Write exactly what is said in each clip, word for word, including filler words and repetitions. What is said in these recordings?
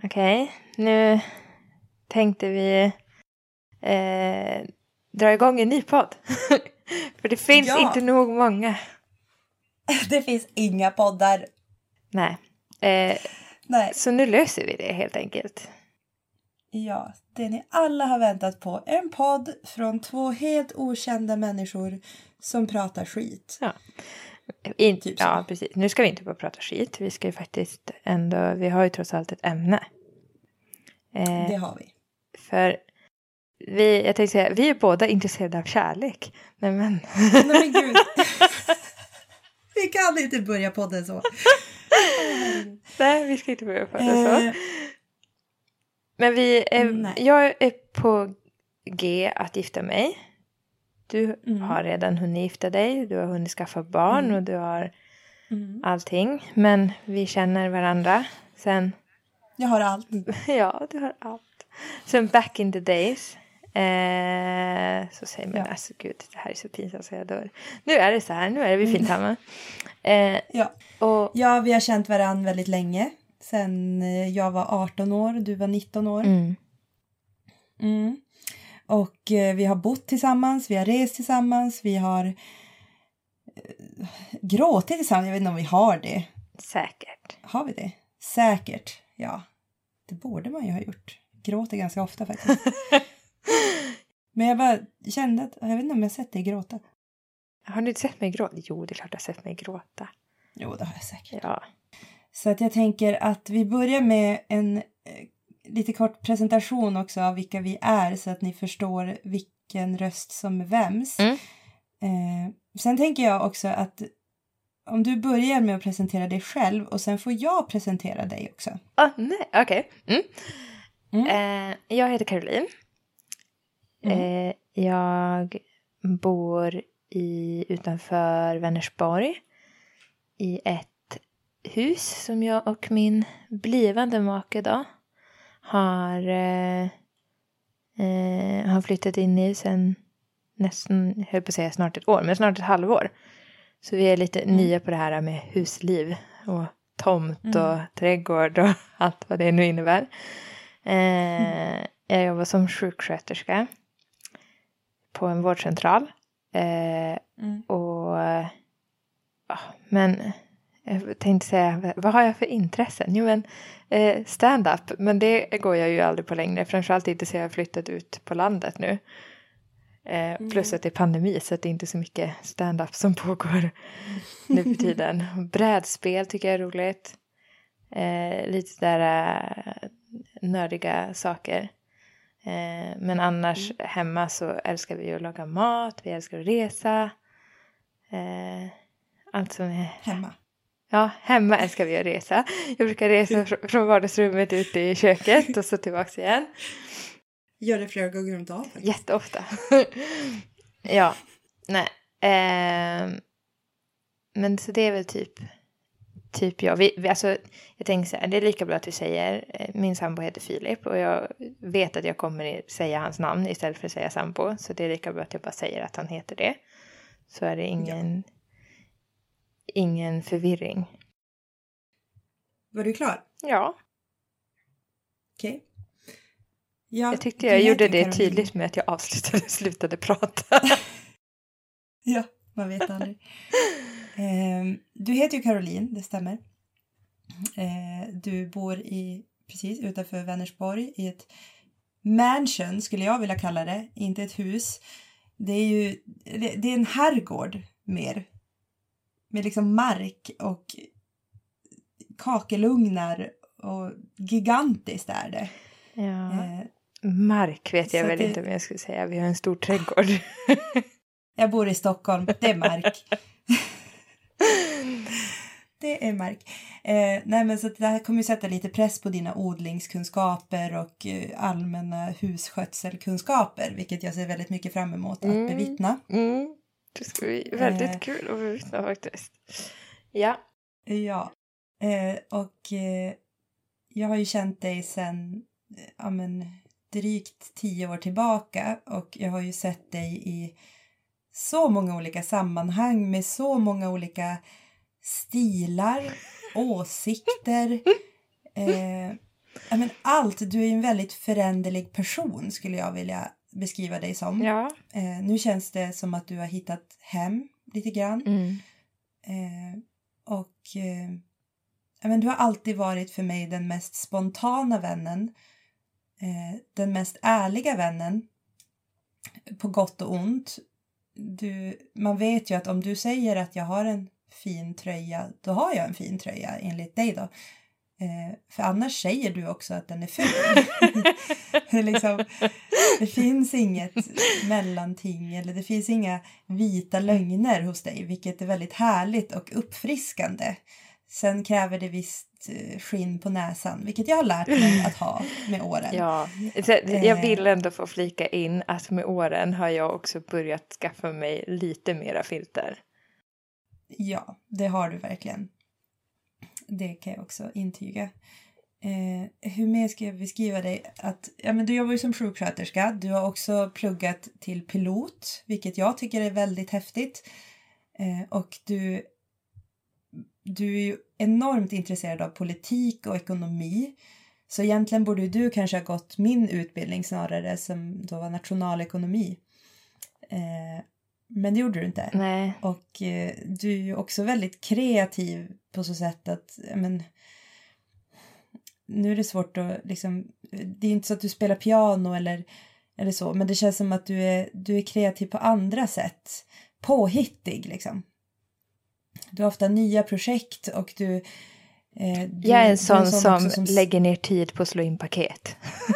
Okej, okay, nu tänkte vi eh, dra igång en ny podd. För det finns ja. inte nog många. Det finns inga poddar. Nej. Eh, Nej. Så nu löser vi det helt enkelt. Ja, det ni alla har väntat på. En podd från två helt okända människor som pratar skit. Ja. In, typ ja, precis. Nu ska vi inte bara prata skit. Vi ska ju faktiskt ändå, vi har ju trots allt ett ämne. Eh, det har vi. För vi, jag tänkte säga, vi är båda intresserade av kärlek. Nej men. Nej men gud. Vi kan inte börja podden så. Nej, vi ska inte börja podden så. Eh, men vi är, jag är på G att gifta mig. Du mm. har redan hunnit gifta dig. Du har hunnit skaffa barn mm. och du har mm. allting. Men vi känner varandra sen. Jag har allt. Ja, du har allt. Sen back in the days. Eh, så säger man, ja. alltså gud, det här är så pinsamt så jag dör. Nu är det så här, nu är det vi fint hemma. Eh, ja. Och, ja, vi har känt varandra väldigt länge. Sen jag var arton år, du var nitton år. Mm. Mm. Och eh, vi har bott tillsammans, vi har rest tillsammans, vi har eh, gråtit tillsammans. Jag vet inte om vi har det. Säkert. Har vi det? Säkert, ja. Det borde man ju ha gjort. Gråter ganska ofta faktiskt. Men jag bara kände att, jag vet inte om jag sett dig gråta. Har du inte sett mig gråta? Jo, det är klart jag har sett mig gråta. Jo, det har jag säkert. Ja. Så att jag tänker att vi börjar med en eh, lite kort presentation också av vilka vi är. Så att ni förstår vilken röst som är vems. Mm. Eh, sen tänker jag också att om du börjar med att presentera dig själv och sen får jag presentera dig också. Ah, nej, okej. Okay. Mm. Mm. Eh, jag heter Caroline. Mm. Eh, jag bor i, utanför Vänersborg i ett hus som jag och min blivande make då har, eh, eh, har flyttat in i sen nästan, jag höll på att säga snart ett år, men snart ett halvår. Så vi är lite mm. nya på det här med husliv och tomt mm. och trädgård och allt vad det nu innebär. Eh, mm. Jag jobbar som sjuksköterska på en vårdcentral. Eh, mm. Och ja, men jag tänkte säga, vad har jag för intressen? Jo men eh, stand-up, men det går jag ju aldrig på längre. Framförallt inte så jag har flyttat ut på landet nu. Eh, mm. Plus att det är pandemi så att det är inte så mycket stand-up som pågår nu för tiden. Brädspel tycker jag är roligt. Eh, lite där äh, nördiga saker. Eh, men annars mm. hemma så älskar vi att laga mat. Vi älskar att resa. Eh, allt som är... Hemma. Ja, hemma älskar vi att resa. Jag brukar resa fr- från vardagsrummet ut i köket och så tillbaka igen. Gör det flera gånger om dagen. Jätteofta. Ja, nej. Eh, men så det är väl typ... Typ jag. Vi, vi, alltså, jag tänker så här, det är lika bra att vi säger, min sambo heter Filip och jag vet att jag kommer säga hans namn istället för att säga sambo. Så det är lika bra att jag bara säger att han heter det. Så är det ingen, ja. ingen förvirring. Var du klar? Ja. Okej. Okay. Ja, jag tyckte jag gjorde det Caroline. Tydligt med att jag avslutade och slutade prata. Ja, man vet aldrig. Eh, du heter ju Caroline, det stämmer. Eh, du bor i precis utanför Vänersborg i ett mansion skulle jag vilja kalla det, inte ett hus. Det är ju det, det är en herrgård mer. Med liksom mark och kakelugnar och gigantiskt är det. Ja. Eh, mark vet jag väl det... inte om jag skulle säga. Vi har en stor trädgård. Jag bor i Stockholm, det är mark. Det är mark. Eh, nej men så det här kommer ju sätta lite press på dina odlingskunskaper och eh, allmänna husskötselkunskaper. Vilket jag ser väldigt mycket fram emot att mm. bevittna. Mm. Det ska bli väldigt eh, kul att bevittna faktiskt. Ja. Ja. Eh, och eh, jag har ju känt dig sedan ja, men, drygt tio år tillbaka. Och jag har ju sett dig i så många olika sammanhang med så många olika stilar, åsikter. Eh, Ja, men allt. Du är ju en väldigt föränderlig person skulle jag vilja beskriva dig som. Ja. Eh, nu känns det som att du har hittat hem lite grann. Mm. Eh, och eh, ja, men du har alltid varit för mig den mest spontana vännen. Eh, den mest ärliga vännen. På gott och ont. Du, man vet ju att om du säger att jag har en fin tröja, då har jag en fin tröja enligt dig då. Eh, för annars säger du också att den är ful. det, liksom, det finns inget mellanting eller det finns inga vita lögner hos dig, vilket är väldigt härligt och uppfriskande. Sen kräver det visst skinn på näsan, vilket jag har lärt mig att ha med åren. Ja, jag vill ändå få flika in att med åren har jag också börjat skaffa mig lite mera filter. Ja, det har du verkligen. Det kan jag också intyga. Eh, hur mer ska jag beskriva dig? Att, ja, men du jobbar ju som sjuksköterska. Du har också pluggat till pilot, vilket jag tycker är väldigt häftigt. Eh, och du, du är ju enormt intresserad av politik och ekonomi. Så egentligen borde du kanske ha gått min utbildning snarare, som då var nationalekonomi. Eh, Men det gjorde du inte. Nej. Och eh, du är ju också väldigt kreativ på så sätt att, men, nu är det svårt att liksom, det är inte så att du spelar piano eller, eller så, men det känns som att du är, du är kreativ på andra sätt. Påhittig liksom. Du har ofta nya projekt och du... Eh, du jag är en sån, är en sån som, som lägger ner tid på att slå in paket.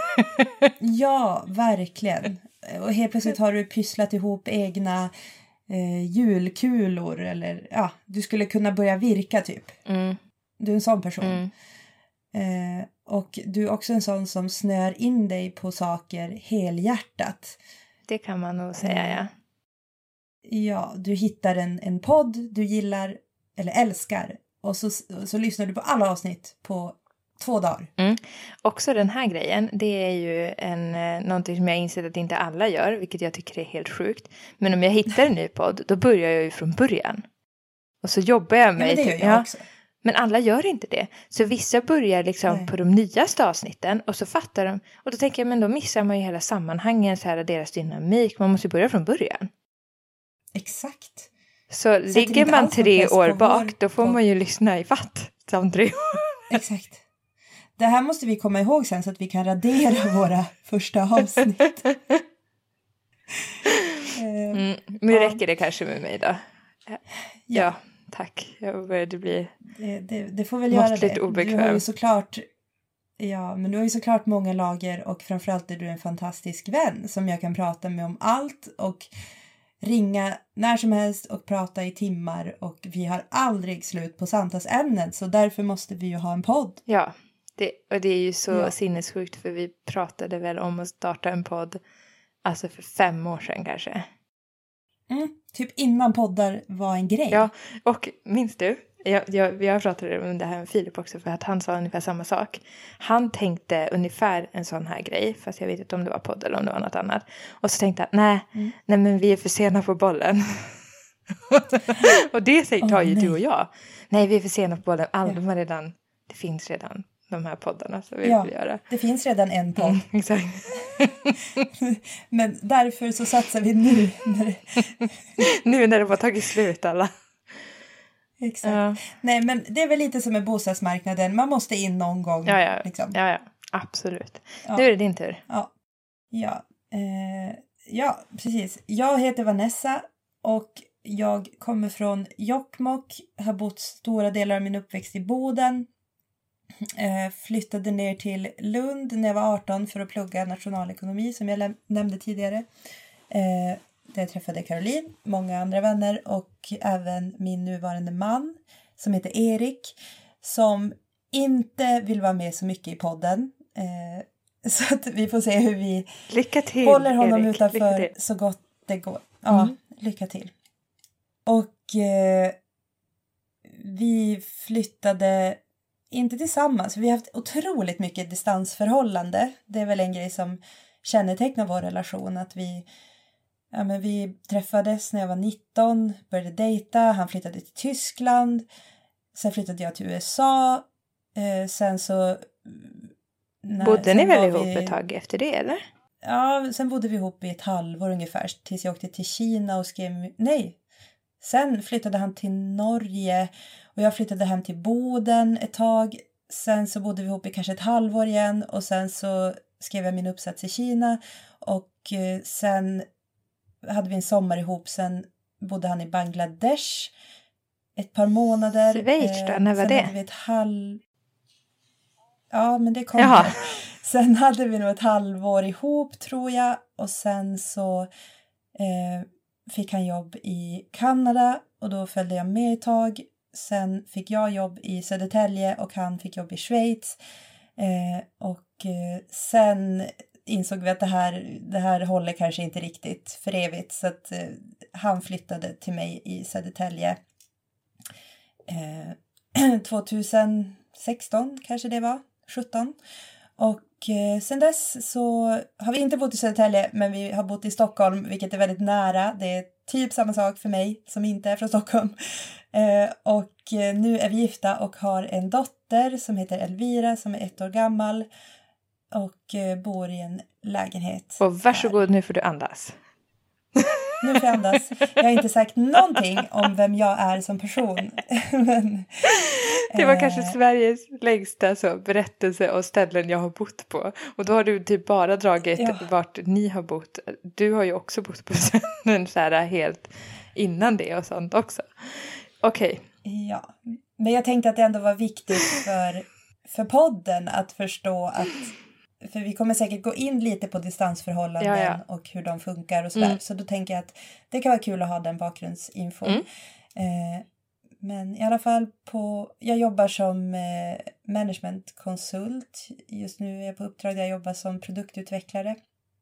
Ja, verkligen. Och helt plötsligt har du pysslat ihop egna eh, julkulor. Eller ja, du skulle kunna börja virka typ. Mm. Du är en sån person. Mm. Eh, och du är också en sån som snör in dig på saker helhjärtat. Det kan man nog säga, ja. Ja, du hittar en, en podd du gillar eller älskar. Och så, så lyssnar du på alla avsnitt på två dagar. Mm. Också den här grejen, det är ju en, någonting som jag insett att inte alla gör, vilket jag tycker är helt sjukt. Men om jag hittar en ny podd, då börjar jag ju från början. Och så jobbar jag mig. Ja, men det gör typ, jag ja, också. Men alla gör inte det. Så vissa börjar liksom Nej. på de nyaste avsnitten och så fattar de. Och då tänker jag, men då missar man ju hela sammanhangen, så här, deras dynamik. Man måste börja från början. Exakt. Så ligger man tre år bak, då får på... man ju lyssna i fatt som tre år. Exakt. Det här måste vi komma ihåg sen så att vi kan radera våra första avsnitt. Mm, men ja. räcker det kanske med mig då? Ja, ja tack. Jag började bli det, det, det får väl göra det. Obekväm. Du har ju såklart, ja, men du har ju såklart många lager och framförallt är du en fantastisk vän som jag kan prata med om allt och ringa när som helst och prata i timmar och vi har aldrig slut på samtalsämnen så därför måste vi ju ha en podd. Ja, det, och det är ju så ja. sinnessjukt för vi pratade väl om att starta en podd alltså för fem år sedan kanske. Mm, typ innan poddar var en grej. Ja, och minns du? Jag, jag, jag pratade om det här med Filip också för att han sa ungefär samma sak. Han tänkte ungefär en sån här grej, fast jag vet inte om det var podd eller om det var något annat. Och så tänkte han, nej, mm. nej men vi är för sena på bollen. Och det tar ju oh, du och jag. Nej, vi är för sena på bollen. Alla, ja. de har redan, det finns redan de här poddarna som vi ja, vill göra. Det finns redan en podd. Mm, exakt. Men därför så satsar vi nu. När det... nu när det har tagit slut alla. Exakt. Ja. Nej, men det är väl lite som med bostadsmarknaden. Man måste in någon gång. Ja, ja. Liksom. ja, ja. Absolut. Ja. Nu är det din tur. Ja, ja. Eh, ja, precis. Jag heter Vanessa och jag kommer från Jokkmokk. Har bott stora delar av min uppväxt i Boden. Eh, flyttade ner till Lund när jag var arton för att plugga nationalekonomi som jag läm- nämnde tidigare. Eh, där jag träffade Caroline, många andra vänner och även min nuvarande man som heter Erik som inte vill vara med så mycket i podden. Eh, så att vi får se hur vi lycka till, håller honom Erik. utanför så gott det går. Ja, mm. lycka till. Och eh, vi flyttade inte tillsammans. Vi har haft otroligt mycket distansförhållande. Det är väl en grej som kännetecknar vår relation. Att vi, ja, men vi träffades när jag var nitton. Började dejta. Han flyttade till Tyskland. Sen flyttade jag till U S A. Eh, sen så när, bodde ni sen väl var ihop vi- ett tag efter det, eller? Ja, sen bodde vi ihop i ett halvår ungefär tills jag åkte till Kina och skrev... Nej, sen flyttade han till Norge och jag flyttade hem till Boden ett tag. Sen så bodde vi ihop i kanske ett halvår igen och sen så skrev jag min uppsats i Kina och eh, sen hade vi en sommar ihop. Sen bodde han i Bangladesh ett par månader. Schweiz då? När var sen det? Hade vi ett halv... Ja, men det Jaha. kommer. Sen hade vi nog ett halvår ihop tror jag. Och sen så eh, fick han jobb i Kanada och då följde jag med ett tag. Sen fick jag jobb i Södertälje och han fick jobb i Schweiz. Eh, och eh, sen insåg vi att det här, det här håller kanske inte riktigt för evigt. Så att eh, han flyttade till mig i Södertälje eh, tjugohundrasexton kanske det var, sjutton. Och eh, sen dess så har vi inte bott i Södertälje men vi har bott i Stockholm vilket är väldigt nära. Det är typ samma sak för mig som inte är från Stockholm. Eh, och eh, nu är vi gifta och har en dotter som heter Elvira som är ett år gammal. Och eh, bor i en lägenhet. Och varsågod, nu får du andas. Nu får jag andas. Jag har inte sagt någonting om vem jag är som person. Men, Det var eh, kanske Sveriges längsta så, berättelse och ställen jag har bott på. Och då har du typ bara dragit Ja. vart ni har bott. Du har ju också bott på ställen så här helt innan det och sånt också. Okej. Ja, men jag tänkte att det ändå var viktigt för, för podden att förstå att, för vi kommer säkert gå in lite på distansförhållanden Ja, ja. och hur de funkar och sådär. Mm. Så då tänker jag att det kan vara kul att ha den bakgrundsinfo. Mm. Eh, men i alla fall på, jag jobbar som eh, managementkonsult. Just nu är jag på uppdrag där jag jobbar som produktutvecklare.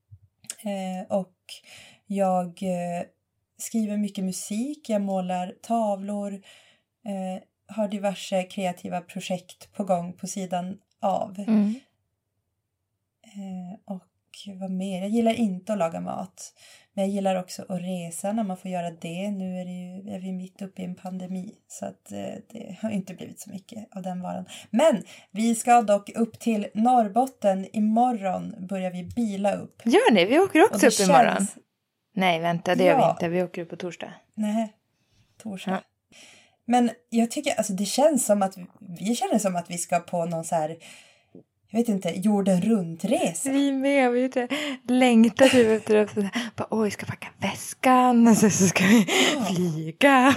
Eh, och jag eh, skriver mycket musik, jag målar tavlor, eh, har diverse kreativa projekt på gång på sidan av. Mm. Eh, och vad mer? Jag gillar inte att laga mat. Men jag gillar också att resa när man får göra det. Nu är, det ju, är vi mitt uppe i en pandemi. Så att, eh, det har inte blivit så mycket av den varan. Men vi ska dock upp till Norrbotten. Imorgon börjar vi bila upp. Gör ni? Vi åker Och också det upp imorgon. känns- Nej, vänta, det gör vi Ja. inte. Vi åker upp på torsdag. Nej, torsdag. Ja. Men jag tycker, alltså det känns som att vi känner som att vi ska på någon så här, jag vet inte, jorden runt-resa. Vi med, vi inte längtar typ efter att bara, åh, vi ska packa väskan och så, så ska vi Ja. flyga.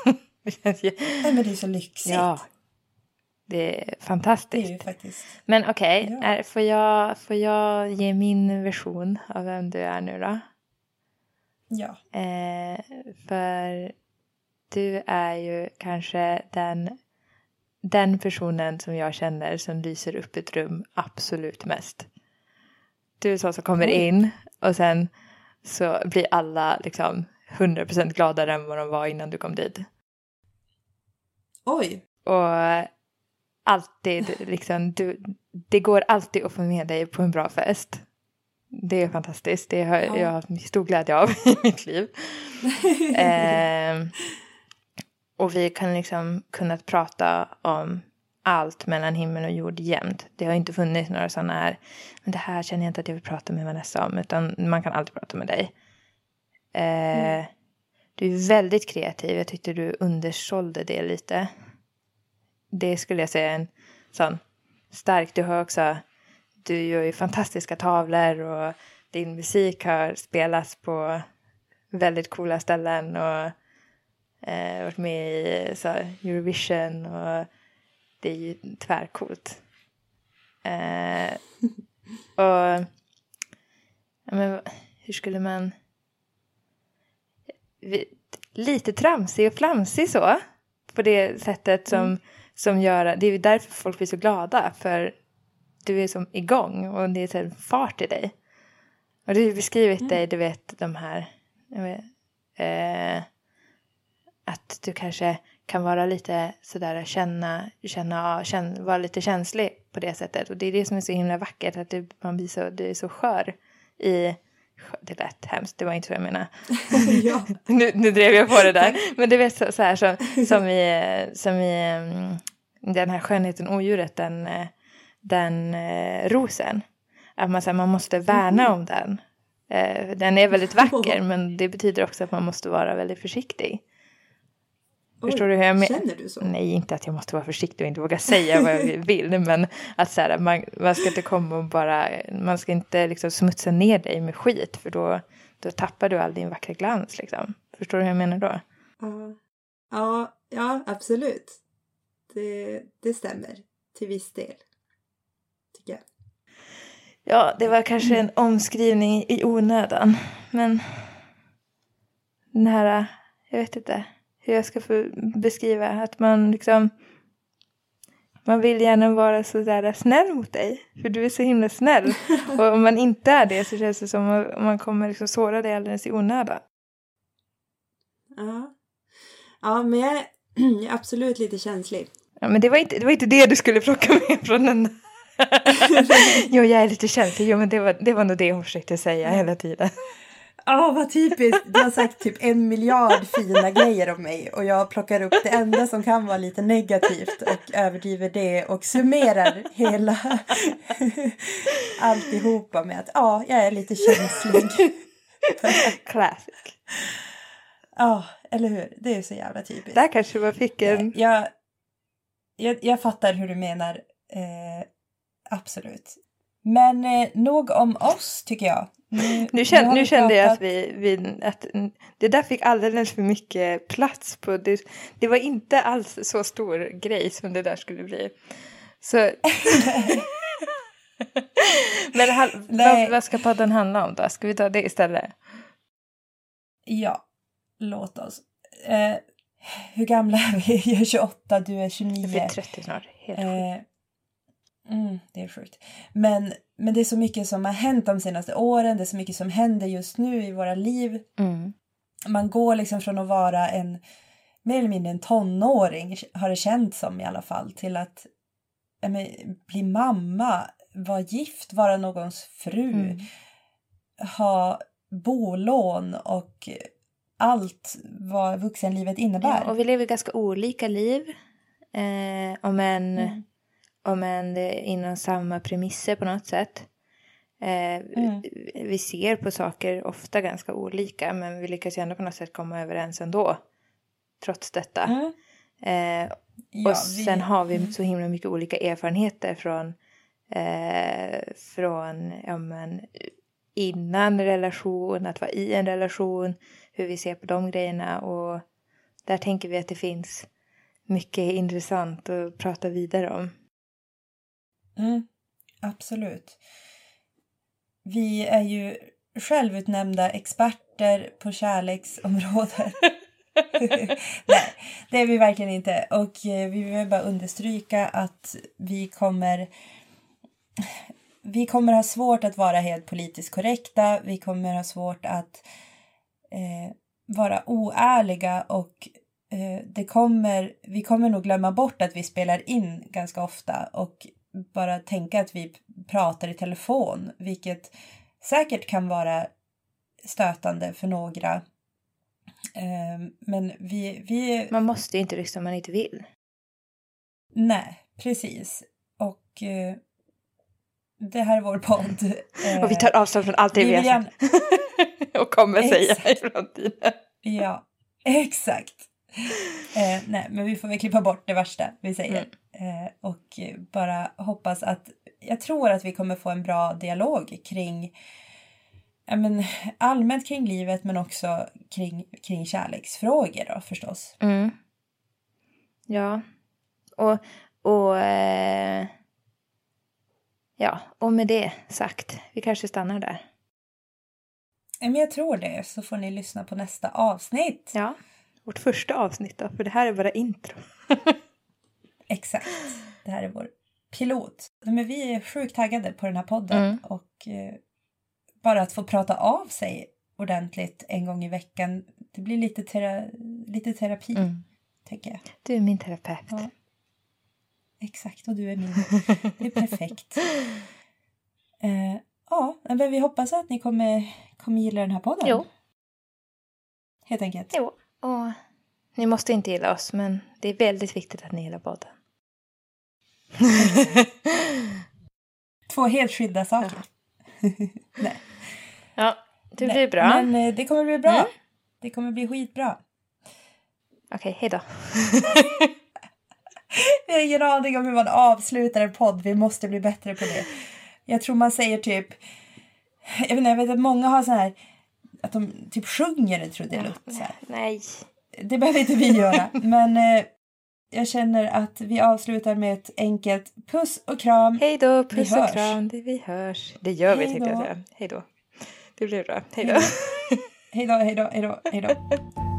Nej, men det är så lyxigt. Ja, det är Det fantastiskt. är ju faktiskt. Men okej, Ja. är- får, jag, får jag ge min version av vem du är nu då? Ja. Eh, för du är ju kanske den, den personen som jag känner som lyser upp ett rum absolut mest. Du är så som kommer Oj. in och sen så blir alla liksom hundra procent gladare än vad de var innan du kom dit. Oj. Och alltid liksom, du, det går alltid att få med dig på en bra fest. Det är fantastiskt. Det har Ja. jag haft stor glädje av i mitt liv. eh, och vi kan liksom kunnat prata om allt mellan himmel och jord jämt. Det har inte funnits några sådana här, men det här känner jag inte att jag vill prata med Vanessa om, utan man kan alltid prata med dig. Eh, Mm. Du är väldigt kreativ. Jag tyckte du undersålde det lite. Det skulle jag säga är en sån stark. Du har också, du gör ju fantastiska tavlor och din musik har spelats på väldigt coola ställen och eh, varit med i så, Eurovision och det är ju tvärcoolt. Eh, och ja, men, hur skulle man vi, lite tramsig och flamsig så på det sättet som, mm. som gör, det är ju därför folk blir så glada, för du är som igång och det är så här fart i dig. Och du har beskrivit mm. dig, du vet, de här jag vet, eh, att du kanske kan vara lite sådär, känna, känna, känna, vara lite känslig på det sättet. Och det är det som är så himla vackert, att du, man blir så, du är så skör i, det lät hemskt, det var inte så jag menar. Ja. nu, nu drev jag på det där. Men du vet så, så här som, som i, som i um, den här skönheten odjuret, den, den eh, rosen. Att man, så här, man måste värna om den. Eh, den är väldigt vacker, men det betyder också att man måste vara väldigt försiktig. Oj, förstår du hur jag menar? Känner du så? Nej, inte att jag måste vara försiktig och inte våga säga vad jag vill. Men att så här, man, man ska inte komma och bara... Man ska inte liksom smutsa ner dig med skit. För då, då tappar du all din vackra glans. Liksom. Förstår du hur jag menar då? Ja, ja, ja absolut. Det, det stämmer till viss del. Tycker jag. Ja, det var kanske en omskrivning i onödan. Men den här... Jag vet inte hur jag ska få beskriva att man liksom... Man vill gärna vara så där snäll mot dig. För du är så himla snäll. Och om man inte är det så känns det som att man kommer liksom såra dig alldeles i onödan. Ja. Ja, men jag är, jag är absolut lite känslig. Ja, men det var inte det, var inte det du skulle plocka med från den. Jo, jag är lite känslig. Jo, men det var, det var nog det hon försökte säga hela tiden. Ja, vad typiskt. Du har sagt typ en miljard fina grejer om mig. Och jag plockar upp det enda som kan vara lite negativt. Och överdriver det. Och summerar hela alltihopa med att ja, jag är lite känslig. Classic. Ja, eller hur? Det är så jävla typiskt. Där kanske man fick en... Jag, jag, jag fattar hur du menar. Eh, absolut. Men eh, nog om oss, tycker jag. Nu, nu kände, nu kände pratat... jag att vi, vi att det där fick alldeles för mycket plats på det. Det var inte alls så stor grej som det där skulle bli. Så men vad, vad ska podden handla om då? Ska vi ta det istället? Ja, låt oss. Eh, hur gamla är vi? Jag är tjugoåtta, du är tjugonio. Jag blir trettio snart. Helt eh, mm, det är sjukt. Men, men det är så mycket som har hänt de senaste åren. Det är så mycket som händer just nu i våra liv. Mm. Man går liksom från att vara en mer eller mindre en tonåring, har det känts som i alla fall, till att ja, men, bli mamma, vara gift, vara någons fru, mm. ha bolån och allt vad vuxenlivet innebär. Ja, och vi lever ganska olika liv. Eh, om en, mm. om en inom samma premisser på något sätt. Eh, mm. Vi ser på saker ofta ganska olika. Men vi lyckas ju ändå på något sätt komma överens ändå. Trots detta. Mm. Eh, ja, och sen vi... har vi så himla mycket olika erfarenheter från, eh, från ja, men, innan relation, att vara i en relation, hur vi ser på de grejerna, och där tänker vi att det finns mycket intressant att prata vidare om. Mm, absolut. Vi är ju självutnämnda experter på kärleksområdet. Nej, det är vi verkligen inte. Och vi vill bara understryka att vi kommer... Vi kommer ha svårt att vara helt politiskt korrekta. Vi kommer ha svårt att eh, vara oärliga. Och eh, det kommer, vi kommer nog glömma bort att vi spelar in ganska ofta. Och bara tänka att vi pratar i telefon. Vilket säkert kan vara stötande för några. Eh, men vi, vi... Man måste ju inte lyssna om man inte vill. Nej, precis. Och... Eh, det här är vår podd. Och vi tar avstånd från allt det vi, vi har sagt. Gärna... och kommer exakt. Säga i framtiden. Ja, exakt. Eh, nej, men vi får väl klippa bort det värsta vi säger. Mm. Eh, och bara hoppas att... Jag tror att vi kommer få en bra dialog kring... Ja, men, allmänt kring livet, men också kring, kring kärleksfrågor då, förstås. Mm. Ja. Och... och eh... Ja, och med det sagt, vi kanske stannar där. Men jag tror det, så får ni lyssna på nästa avsnitt. Ja, vårt första avsnitt då, för det här är bara intro. Exakt, det här är vår pilot. Men vi är sjukt taggade på den här podden. Mm. Och eh, bara att få prata av sig ordentligt en gång i veckan. Det blir lite, tera- lite terapi, mm. tänker jag. Du är min terapeut. Ja. Exakt, och du är min. Det är perfekt. Eh, ja, men vi hoppas att ni kommer, kommer gilla den här podden. Jo. Helt enkelt. Jo, och ni måste inte gilla oss, men det är väldigt viktigt att ni gillar podden. två helt skilda saker. Ja. Nej. Ja, det Nej. blir bra. Men eh, det kommer bli bra. Mm. Det kommer bli skitbra. Okej, hej då. Jag har ingen aning om hur man avslutar en podd. Vi måste bli bättre på det. Jag tror man säger typ... Jag vet inte, jag vet att många har så här... Att de typ sjunger en trudelutt. Så här. Nej. Det behöver inte vi göra. Men eh, jag känner att vi avslutar med ett enkelt puss och kram. Hej då, puss Vi och hörs. kram. Det vi hörs. Det gör vi, Hej tänkte jag då. säga. Hej då. Det blir bra. Hej då. Hej då, hej då, hej då, hej då.